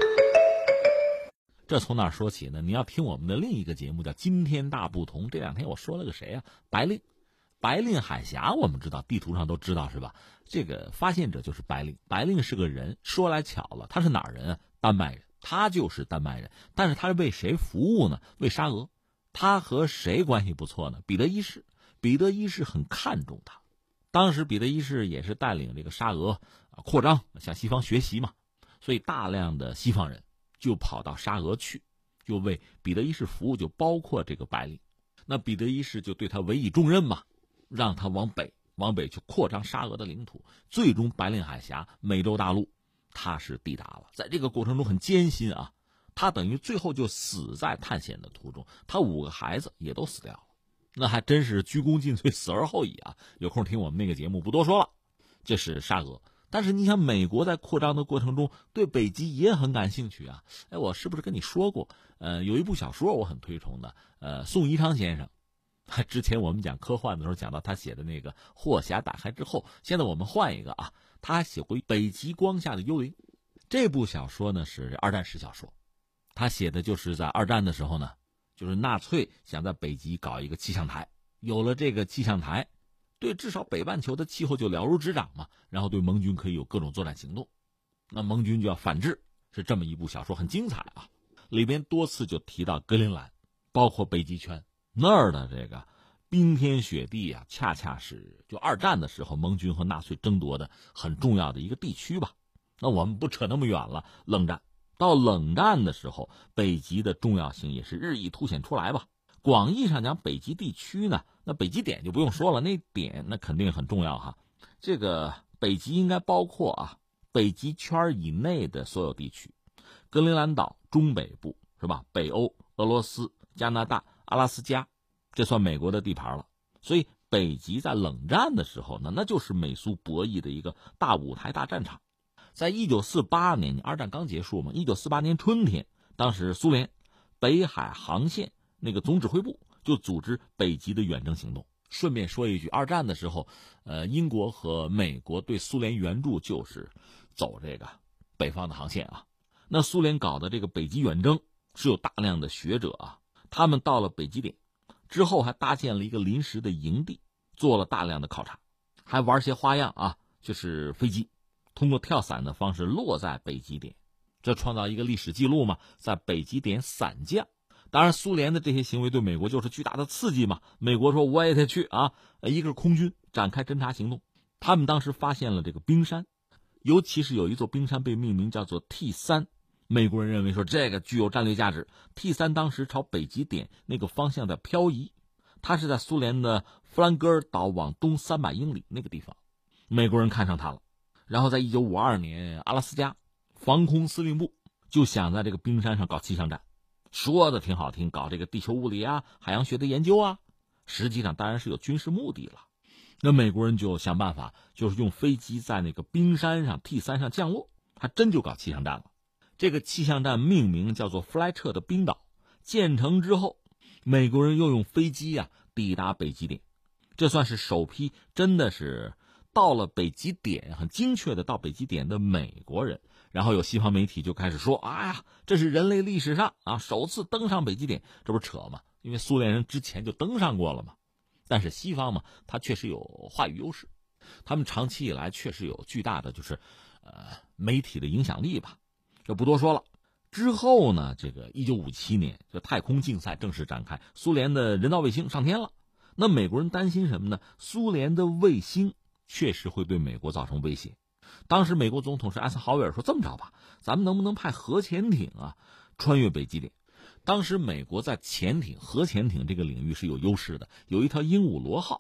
这从哪儿说起呢？你要听我们的另一个节目叫《今天大不同》。这两天我说了个谁啊？白令海峡，我们知道，地图上都知道是吧？这个发现者就是白令。白令是个人，说来巧了，他是哪儿人啊？丹麦人，他就是丹麦人。但是他是为谁服务呢？为沙俄。他和谁关系不错呢？彼得一世。彼得一世很看重他。当时彼得一世也是带领这个沙俄扩张，向西方学习嘛，所以大量的西方人就跑到沙俄去，就为彼得一世服务，就包括这个白令。那彼得一世就对他委以重任嘛，让他往北去扩张沙俄的领土。最终白令海峡、美洲大陆他是抵达了。在这个过程中很艰辛啊，他等于最后就死在探险的途中。他5个孩子也都死掉了，那还真是鞠躬尽瘁，死而后已啊。有空听我们那个节目，不多说了。这是沙俄。但是你想，美国在扩张的过程中对北极也很感兴趣啊。我是不是跟你说过有一部小说我很推崇的，宋怡昌先生。之前我们讲科幻的时候讲到他写的那个《霍峡打开之后》，现在我们换一个啊，他还写过《北极光下的幽灵》。这部小说呢是二战史小说，他写的就是在二战的时候呢，就是纳粹想在北极搞一个气象台，有了这个气象台，对至少北半球的气候就了如指掌嘛，然后对盟军可以有各种作战行动，那盟军就要反制，是这么一部小说，很精彩啊。里边多次就提到格陵兰，包括北极圈那儿的这个冰天雪地啊，恰恰是就二战的时候盟军和纳粹争夺的很重要的一个地区吧。那我们不扯那么远了，到冷战的时候，北极的重要性也是日益凸显出来吧。广义上讲，北极地区呢，那北极点就不用说了，那点那肯定很重要哈。这个北极应该包括北极圈以内的所有地区，格陵兰岛中北部是吧？北欧、俄罗斯、加拿大、阿拉斯加，这算美国的地盘了。所以北极在冷战的时候呢，那就是美苏博弈的一个大舞台、大战场。在1948年，二战刚结束嘛，1948年春天，当时苏联北海航线那个总指挥部就组织北极的远征行动。顺便说一句，二战的时候，英国和美国对苏联援助就是走这个北方的航线啊。那苏联搞的这个北极远征是有大量的学者啊，他们到了北极点之后，还搭建了一个临时的营地，做了大量的考察，还玩些花样啊，就是飞机通过跳伞的方式落在北极点，这创造一个历史记录嘛，在北极点伞降。当然苏联的这些行为对美国就是巨大的刺激嘛，美国说我也得去啊，一个空军展开侦察行动。他们当时发现了这个冰山，尤其是有一座冰山被命名叫做 T3， 美国人认为说这个具有战略价值。 T3 当时朝北极点那个方向在漂移，它是在苏联的弗兰格尔岛往东300英里那个地方，美国人看上它了。然后在1952年，阿拉斯加防空司令部就想在这个冰山上搞气象站，说的挺好听，搞这个地球物理啊、海洋学的研究啊，实际上当然是有军事目的了。那美国人就想办法，就是用飞机在那个冰山上 T3 上降落，还真就搞气象站了。这个气象站命名叫做弗莱彻的冰岛，建成之后，美国人又用飞机抵达北极点，这算是首批真的是到了北极点，很精确的到北极点的美国人。然后有西方媒体就开始说，这是人类历史上首次登上北极点，这不是扯吗？因为苏联人之前就登上过了嘛。但是西方嘛，它确实有话语优势，他们长期以来确实有巨大的就是媒体的影响力吧，这不多说了。之后呢，这个1957年这太空竞赛正式展开，苏联的人造卫星上天了。那美国人担心什么呢？苏联的卫星确实会对美国造成威胁。当时美国总统是艾森豪威尔说，这么着吧，咱们能不能派核潜艇穿越北极点？当时美国在潜艇、核潜艇这个领域是有优势的，有一条鹦鹉螺号，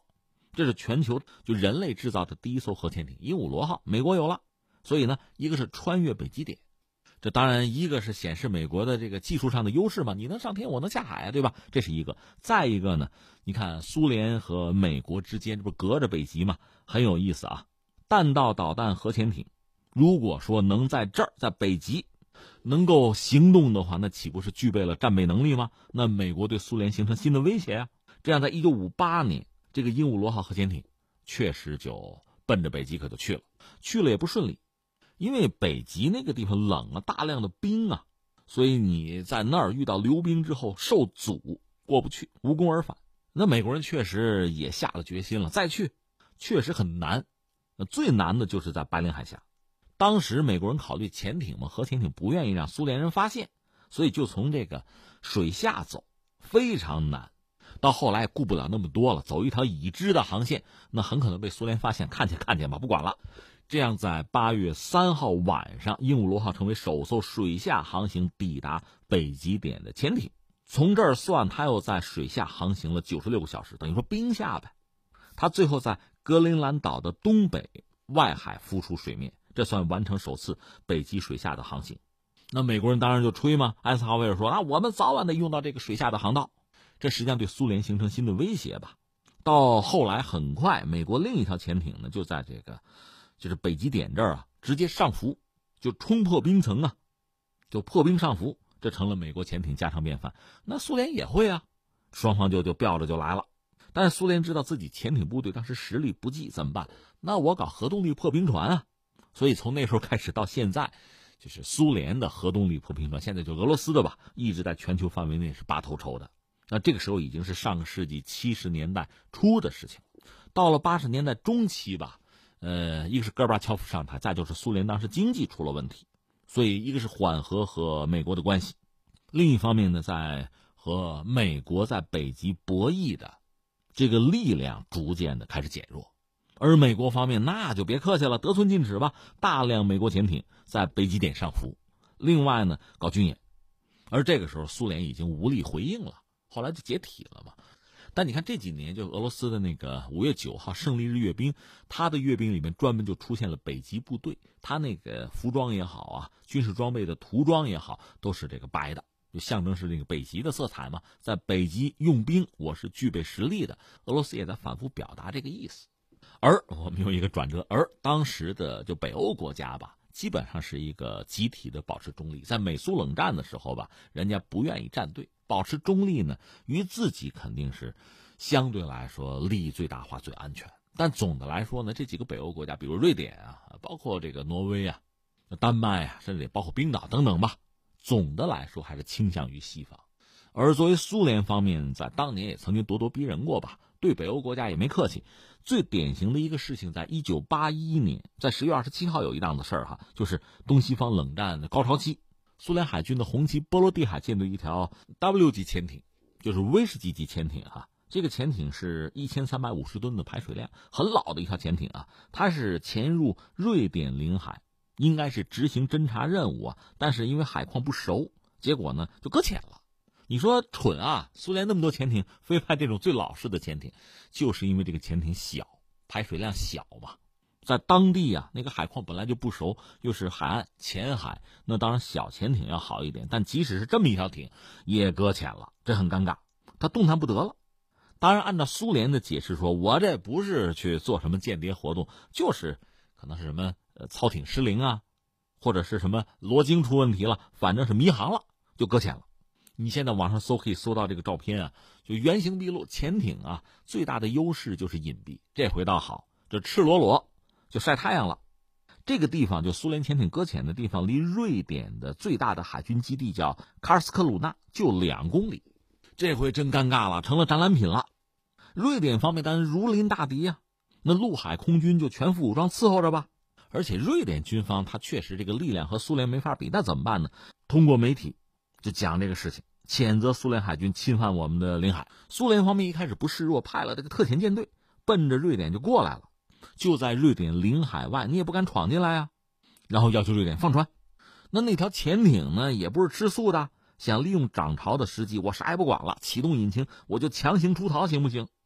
这是全球就人类制造的第一艘核潜艇鹦鹉螺号，美国有了。所以呢，一个是穿越北极点，这当然一个是显示美国的这个技术上的优势嘛，你能上天我能下海啊，对吧？这是一个。再一个呢，你看苏联和美国之间这不隔着北极嘛，很有意思啊。弹道导弹核潜艇如果说能在这儿在北极能够行动的话，那岂不是具备了战备能力吗？那美国对苏联形成新的威胁啊。这样在1958年这个鹦鹉螺号核潜艇确实就奔着北极可就去了也不顺利。因为北极那个地方冷啊，大量的冰啊，所以你在那儿遇到流冰之后受阻，过不去，无功而返。那美国人确实也下了决心了，再去确实很难。最难的就是在白令海峡。当时美国人考虑潜艇嘛，核潜艇不愿意让苏联人发现，所以就从这个水下走，非常难。到后来顾不了那么多了，走一条已知的航线，那很可能被苏联发现，看见吧，不管了。这样，在8月3号晚上，鹦鹉螺号成为首艘水下航行抵达北极点的潜艇。从这儿算，它又在水下航行了96个小时，等于说冰下呗。它最后在格陵兰岛的东北外海浮出水面，这算完成首次北极水下的航行。那美国人当然就吹嘛，艾森豪威尔说啊，我们早晚得用到这个水下的航道，这实际上对苏联形成新的威胁吧。到后来，很快美国另一条潜艇呢，就在这个就是北极点这儿啊，直接上浮，就冲破冰层啊，就破冰上浮，这成了美国潜艇家常便饭。那苏联也会啊，双方就吊着就来了。但是苏联知道自己潜艇部队当时实力不济，怎么办？那我搞核动力破冰船啊！所以从那时候开始到现在，就是苏联的核动力破冰船，现在就俄罗斯的吧，一直在全球范围内是拔头筹的。那这个时候已经是上个世纪70年代初的事情，到了80年代中期吧。一个是戈尔巴乔夫上台，再就是苏联当时经济出了问题，所以一个是缓和和美国的关系，另一方面呢，在和美国在北极博弈的这个力量逐渐的开始减弱，而美国方面那就别客气了，得寸进尺吧，大量美国潜艇在北极点上浮，另外呢搞军演，而这个时候苏联已经无力回应了，后来就解体了嘛。但你看这几年，就俄罗斯的那个5月9号胜利日阅兵，他的阅兵里面专门就出现了北极部队，他那个服装也好啊，军事装备的涂装也好，都是这个白的，就象征是这个北极的色彩嘛，在北极用兵，我是具备实力的。俄罗斯也在反复表达这个意思。而我们有一个转折，而当时的就北欧国家吧，基本上是一个集体的保持中立。在美苏冷战的时候吧，人家不愿意站队，保持中立呢，于自己肯定是相对来说利益最大化、最安全。但总的来说呢，这几个北欧国家，比如瑞典啊，包括这个挪威啊、丹麦啊，甚至也包括冰岛等等吧，总的来说还是倾向于西方。而作为苏联方面，在当年也曾经咄咄逼人过吧，对北欧国家也没客气。最典型的一个事情，在1981年，在10月27号有一档子事儿哈，就是东西方冷战的高潮期，苏联海军的红旗波罗的海舰队一条 W 级潜艇，就是威士忌级潜艇哈。这个潜艇是1350吨的排水量，很老的一条潜艇啊。它是潜入瑞典领海，应该是执行侦察任务啊，但是因为海况不熟，结果呢就搁浅了。你说蠢啊！苏联那么多潜艇，非派这种最老式的潜艇，就是因为这个潜艇小，排水量小嘛。在当地啊，那个海况本来就不熟，又是海岸浅海，那当然小潜艇要好一点。但即使是这么一条艇，也搁浅了，这很尴尬，它动弹不得了。当然，按照苏联的解释说，我这不是去做什么间谍活动，就是可能是什么操艇失灵啊，或者是什么螺经出问题了，反正是迷航了，就搁浅了。你现在网上搜可以搜到这个照片啊，就原形毕露。潜艇啊，最大的优势就是隐蔽，这回倒好，这赤裸裸就晒太阳了。这个地方就苏联潜艇搁浅的地方，离瑞典的最大的海军基地叫卡尔斯克鲁纳就2公里。这回真尴尬了，成了展览品了。瑞典方面当然如临大敌啊，那陆海空军就全副武装伺候着吧。而且瑞典军方他确实这个力量和苏联没法比，那怎么办呢？通过媒体就讲这个事情，谴责苏联海军侵犯我们的领海。苏联方面一开始不示弱，派了这个特遣舰队奔着瑞典就过来了，就在瑞典领海外，你也不敢闯进来啊，然后要求瑞典放船。那条潜艇呢，也不是吃素的，想利用涨潮的时机，我啥也不管了，启动引擎，我就强行出逃，行不行？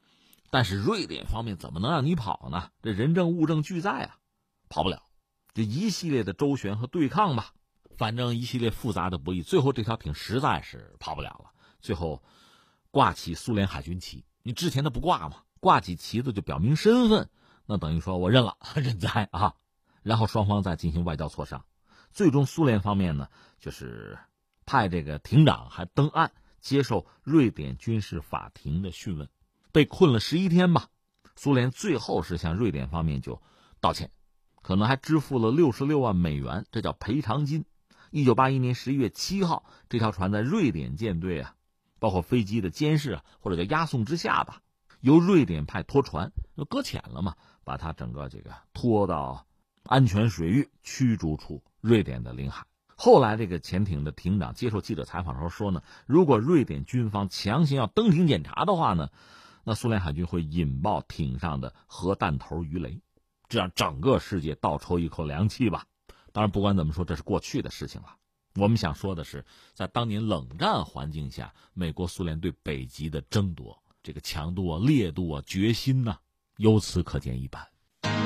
但是瑞典方面怎么能让你跑呢？这人证物证俱在啊，跑不了。这一系列的周旋和对抗吧，反正一系列复杂的博弈，最后这条艇实在是跑不了了，最后挂起苏联海军旗。你之前的不挂嘛，挂起旗子就表明身份，那等于说我认了，认栽啊。然后双方再进行外交磋商，最终苏联方面呢，就是派这个艇长还登岸接受瑞典军事法庭的讯问，被困了11天吧。苏联最后是向瑞典方面就道歉，可能还支付了66万美元，这叫赔偿金。1981年11月7号，这条船在瑞典舰队啊，包括飞机的监视啊，或者叫押送之下吧，由瑞典派拖船，就搁浅了嘛，把它整个这个拖到安全水域，驱逐出瑞典的领海。后来这个潜艇的艇长接受记者采访的时候说呢，如果瑞典军方强行要登艇检查的话呢，那苏联海军会引爆艇上的核弹头鱼雷，这样整个世界倒抽一口凉气吧。当然不管怎么说，这是过去的事情了。我们想说的是，在当年冷战环境下，美国苏联对北极的争夺，这个强度啊、烈度啊、决心呐，由此可见一斑。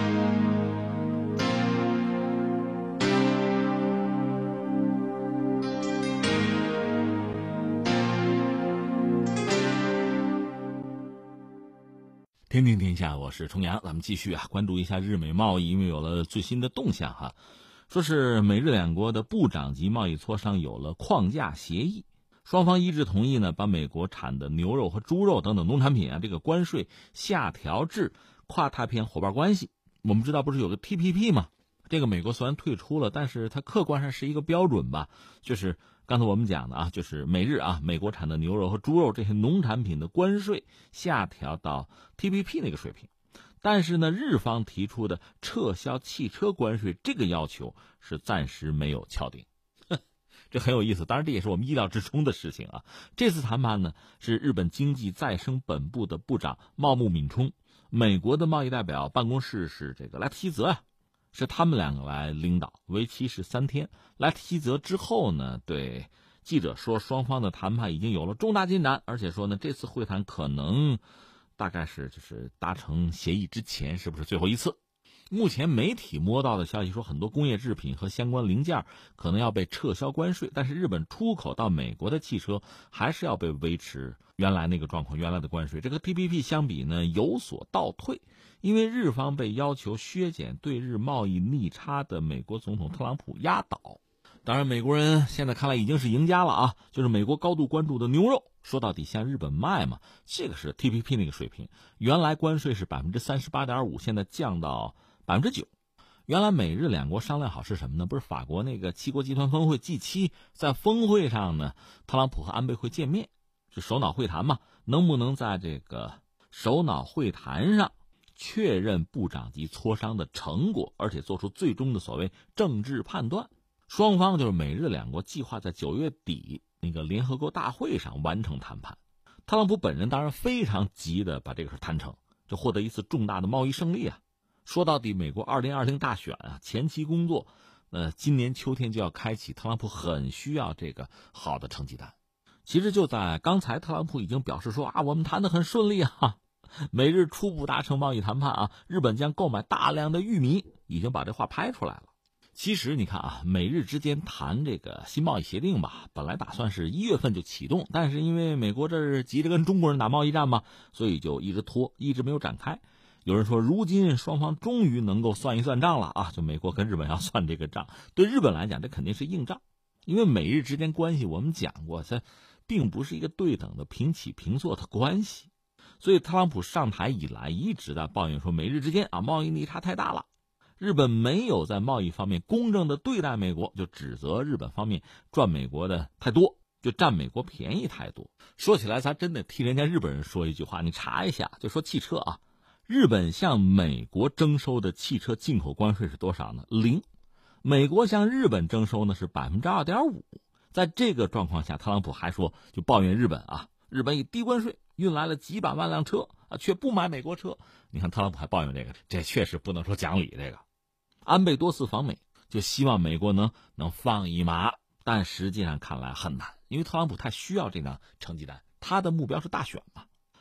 天天天下，我是重阳，咱们继续关注一下日美贸易，因为有了最新的动向说是美日两国的部长级贸易磋商有了框架协议，双方一致同意呢，把美国产的牛肉和猪肉等等农产品这个关税下调至跨太平洋伙伴关系。我们知道不是有个 TPP 吗？这个美国虽然退出了，但是它客观上是一个标准吧，就是刚才我们讲的就是美国产的牛肉和猪肉这些农产品的关税下调到 TPP 那个水平。但是呢，日方提出的撤销汽车关税这个要求是暂时没有敲定，这很有意思。当然这也是我们意料之中的事情这次谈判呢，是日本经济再生本部的部长茂木敏充，美国的贸易代表办公室是这个莱特希泽是他们两个来领导，为期是3天。莱特希泽之后呢，对记者说，双方的谈判已经有了重大进展，而且说呢，这次会谈可能大概是就是达成协议之前是不是最后一次。目前媒体摸到的消息说，很多工业制品和相关零件可能要被撤销关税，但是日本出口到美国的汽车还是要被维持原来那个状况，原来的关税。这个 TPP 相比呢有所倒退，因为日方被要求削减对日贸易逆差的美国总统特朗普压倒。当然美国人现在看来已经是赢家了就是美国高度关注的牛肉，说到底向日本卖嘛，这个是 TPP 那个水平，原来关税是 38.5%， 现在降到 9%。 原来美日两国商量好是什么呢？不是法国那个7国集团峰会 G7， 在峰会上呢，特朗普和安倍会见面，是首脑会谈嘛，能不能在这个首脑会谈上确认部长级磋商的成果，而且做出最终的所谓政治判断。双方就是美日两国计划在9月底那个联合国大会上完成谈判。特朗普本人当然非常急的把这个事谈成，就获得一次重大的贸易胜利说到底，美国2020大选前期工作今年秋天就要开启，特朗普很需要这个好的成绩单。其实就在刚才，特朗普已经表示说我们谈得很顺利美日初步达成贸易谈判日本将购买大量的玉米，已经把这话拍出来了。其实你看美日之间谈这个新贸易协定吧，本来打算是1月份就启动，但是因为美国这是急着跟中国人打贸易战嘛，所以就一直拖，一直没有展开。有人说如今双方终于能够算一算账了就美国跟日本要算这个账。对日本来讲，这肯定是硬账，因为美日之间关系我们讲过，它并不是一个对等的平起平坐的关系。所以特朗普上台以来一直在抱怨说，美日之间贸易逆差太大了，日本没有在贸易方面公正的对待美国，就指责日本方面赚美国的太多，就占美国便宜太多。说起来咱真的替人家日本人说一句话，你查一下，就说汽车日本向美国征收的汽车进口关税是多少呢？0。美国向日本征收呢是 2.5%。 在这个状况下，特朗普还说就抱怨日本日本以低关税运来了几百万辆车却不买美国车。你看特朗普还抱怨这个，这确实不能说讲理。这个安倍多次访美，就希望美国能放一马，但实际上看来很难，因为特朗普太需要这张成绩单，他的目标是大选嘛。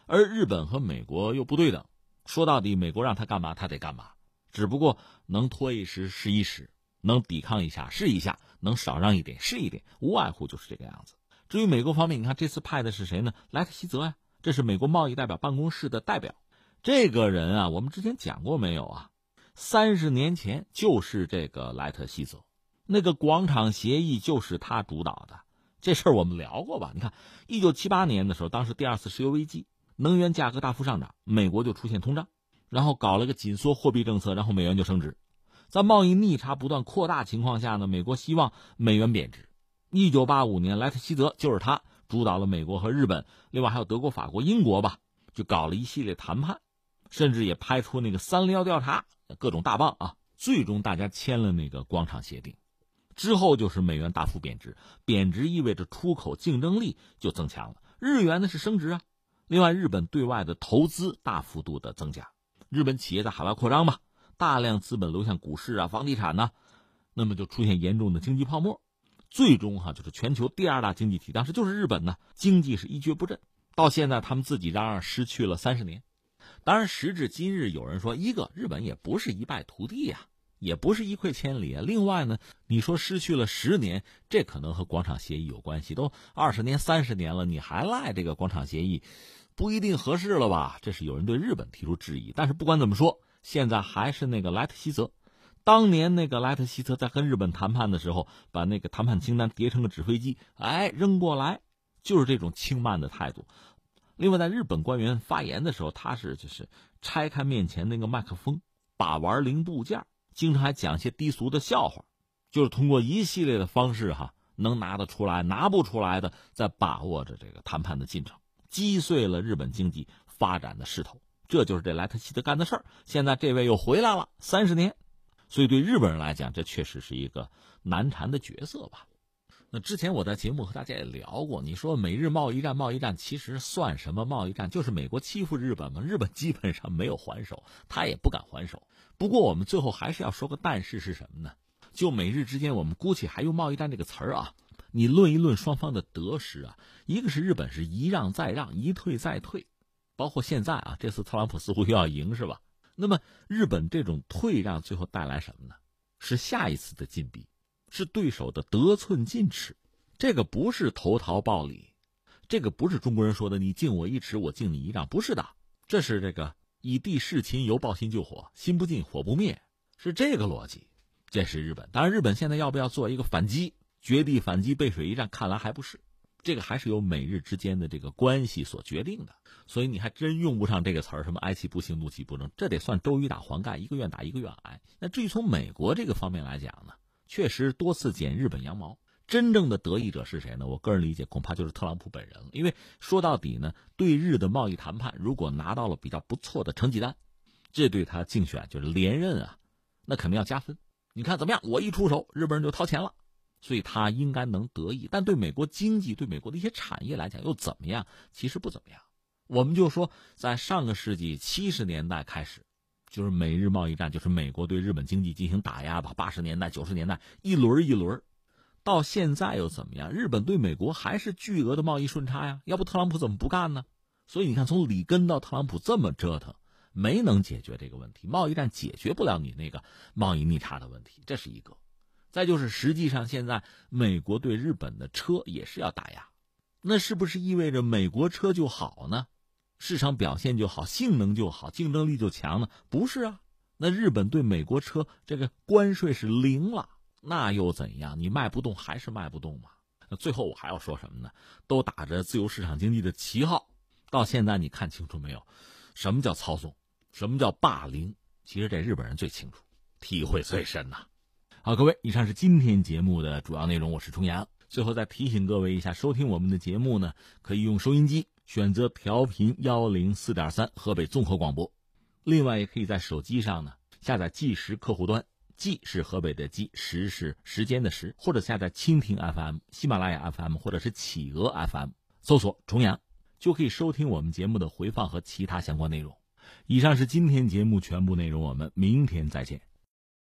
而日本和美国又不对等。说到底，美国让他干嘛他得干嘛，只不过能拖一时是一时，能抵抗一下是一下，能少让一点是一点，无外乎就是这个样子。至于美国方面，你看这次派的是谁呢？莱特希泽呀，这是美国贸易代表办公室的代表。这个人啊，我们之前讲过没有啊？30年前就是这个莱特希泽，那个广场协议就是他主导的。这事儿我们聊过吧？你看，1978年的时候，当时第2次石油危机，能源价格大幅上涨，美国就出现通胀，然后搞了个紧缩货币政策，然后美元就升值。在贸易逆差不断扩大情况下呢，美国希望美元贬值。1985年，莱特希泽就是他主导了美国和日本，另外还有德国、法国、英国吧，就搞了一系列谈判，甚至也派出那个301调查，各种大棒啊。最终大家签了那个广场协定，之后就是美元大幅贬值，贬值意味着出口竞争力就增强了，日元呢是升值啊。另外，日本对外的投资大幅度的增加，日本企业在海外扩张嘛，大量资本流向股市啊、房地产呢，那么就出现严重的经济泡沫。最终就是全球第2大经济体，当时就是日本呢，经济是一蹶不振，到现在他们自己嚷嚷失去了30年。当然时至今日，有人说日本也不是一败涂地呀，也不是一溃千里啊。另外呢，你说失去了10年，这可能和广场协议有关系，都20年30年了，你还赖这个广场协议，不一定合适了吧？这是有人对日本提出质疑。但是不管怎么说，现在还是那个莱特希泽。当年那个莱特希泽在跟日本谈判的时候，把那个谈判清单叠成个纸飞机，扔过来，就是这种轻慢的态度。另外，在日本官员发言的时候，他就是拆开面前那个麦克风，把玩零部件，经常还讲些低俗的笑话，就是通过一系列的方式能拿得出来拿不出来的，在把握着这个谈判的进程，击碎了日本经济发展的势头。这就是这莱特希泽干的事儿。现在这位又回来了30年，所以对日本人来讲，这确实是一个难缠的角色吧。那之前我在节目和大家也聊过，你说美日贸易战其实算什么贸易战？就是美国欺负日本嘛，日本基本上没有还手，他也不敢还手。不过我们最后还是要说个但是是什么呢？就美日之间，我们姑且还用贸易战这个词儿啊，你论一论双方的得失啊，一个是日本是一让再让，一退再退，包括现在这次特朗普似乎又要赢是吧？那么日本这种退让最后带来什么呢？是下一次的进逼，是对手的得寸进尺。这个不是投桃报李，这个不是中国人说的你敬我一尺我敬你一丈，不是的，这是这个以地事勤犹报心救火，心不尽火不灭，是这个逻辑。这是日本。当然日本现在要不要做一个反击，绝地反击背水一战，看来还不是，这个还是由美日之间的这个关系所决定的。所以你还真用不上这个词儿，什么哀其不幸怒其不争，这得算周瑜打黄盖，一个愿打一个愿挨。那至于从美国这个方面来讲呢，确实多次剪日本羊毛，真正的得益者是谁呢？我个人理解恐怕就是特朗普本人了。因为说到底呢，对日的贸易谈判如果拿到了比较不错的成绩单，这对他竞选就是连任那肯定要加分。你看怎么样？我一出手，日本人就掏钱了，所以他应该能得益。但对美国经济、对美国的一些产业来讲又怎么样？其实不怎么样。我们就说在上个世纪70年代开始，就是美日贸易战，就是美国对日本经济进行打压吧。80年代、90年代一轮一轮，到现在又怎么样？日本对美国还是巨额的贸易顺差呀，要不特朗普怎么不干呢？所以你看，从里根到特朗普这么折腾，没能解决这个问题。贸易战解决不了你那个贸易逆差的问题，这是一个。再就是实际上现在美国对日本的车也是要打压，那是不是意味着美国车就好呢？市场表现就好，性能就好，竞争力就强呢？不是啊，那日本对美国车这个关税是0了，那又怎样？你卖不动还是卖不动嘛。那最后我还要说什么呢？都打着自由市场经济的旗号，到现在你看清楚没有？什么叫操纵？什么叫霸凌？其实这日本人最清楚，体会最深呐。好，各位，以上是今天节目的主要内容，我是重阳。最后再提醒各位一下，收听我们的节目呢，可以用收音机选择调频104.3河北综合广播，另外也可以在手机上呢下载计时客户端，计是河北的计，时是时间的时，或者下载蜻蜓 FM、喜马拉雅 FM 或者是企鹅 FM， 搜索重阳就可以收听我们节目的回放和其他相关内容。以上是今天节目全部内容，我们明天再见。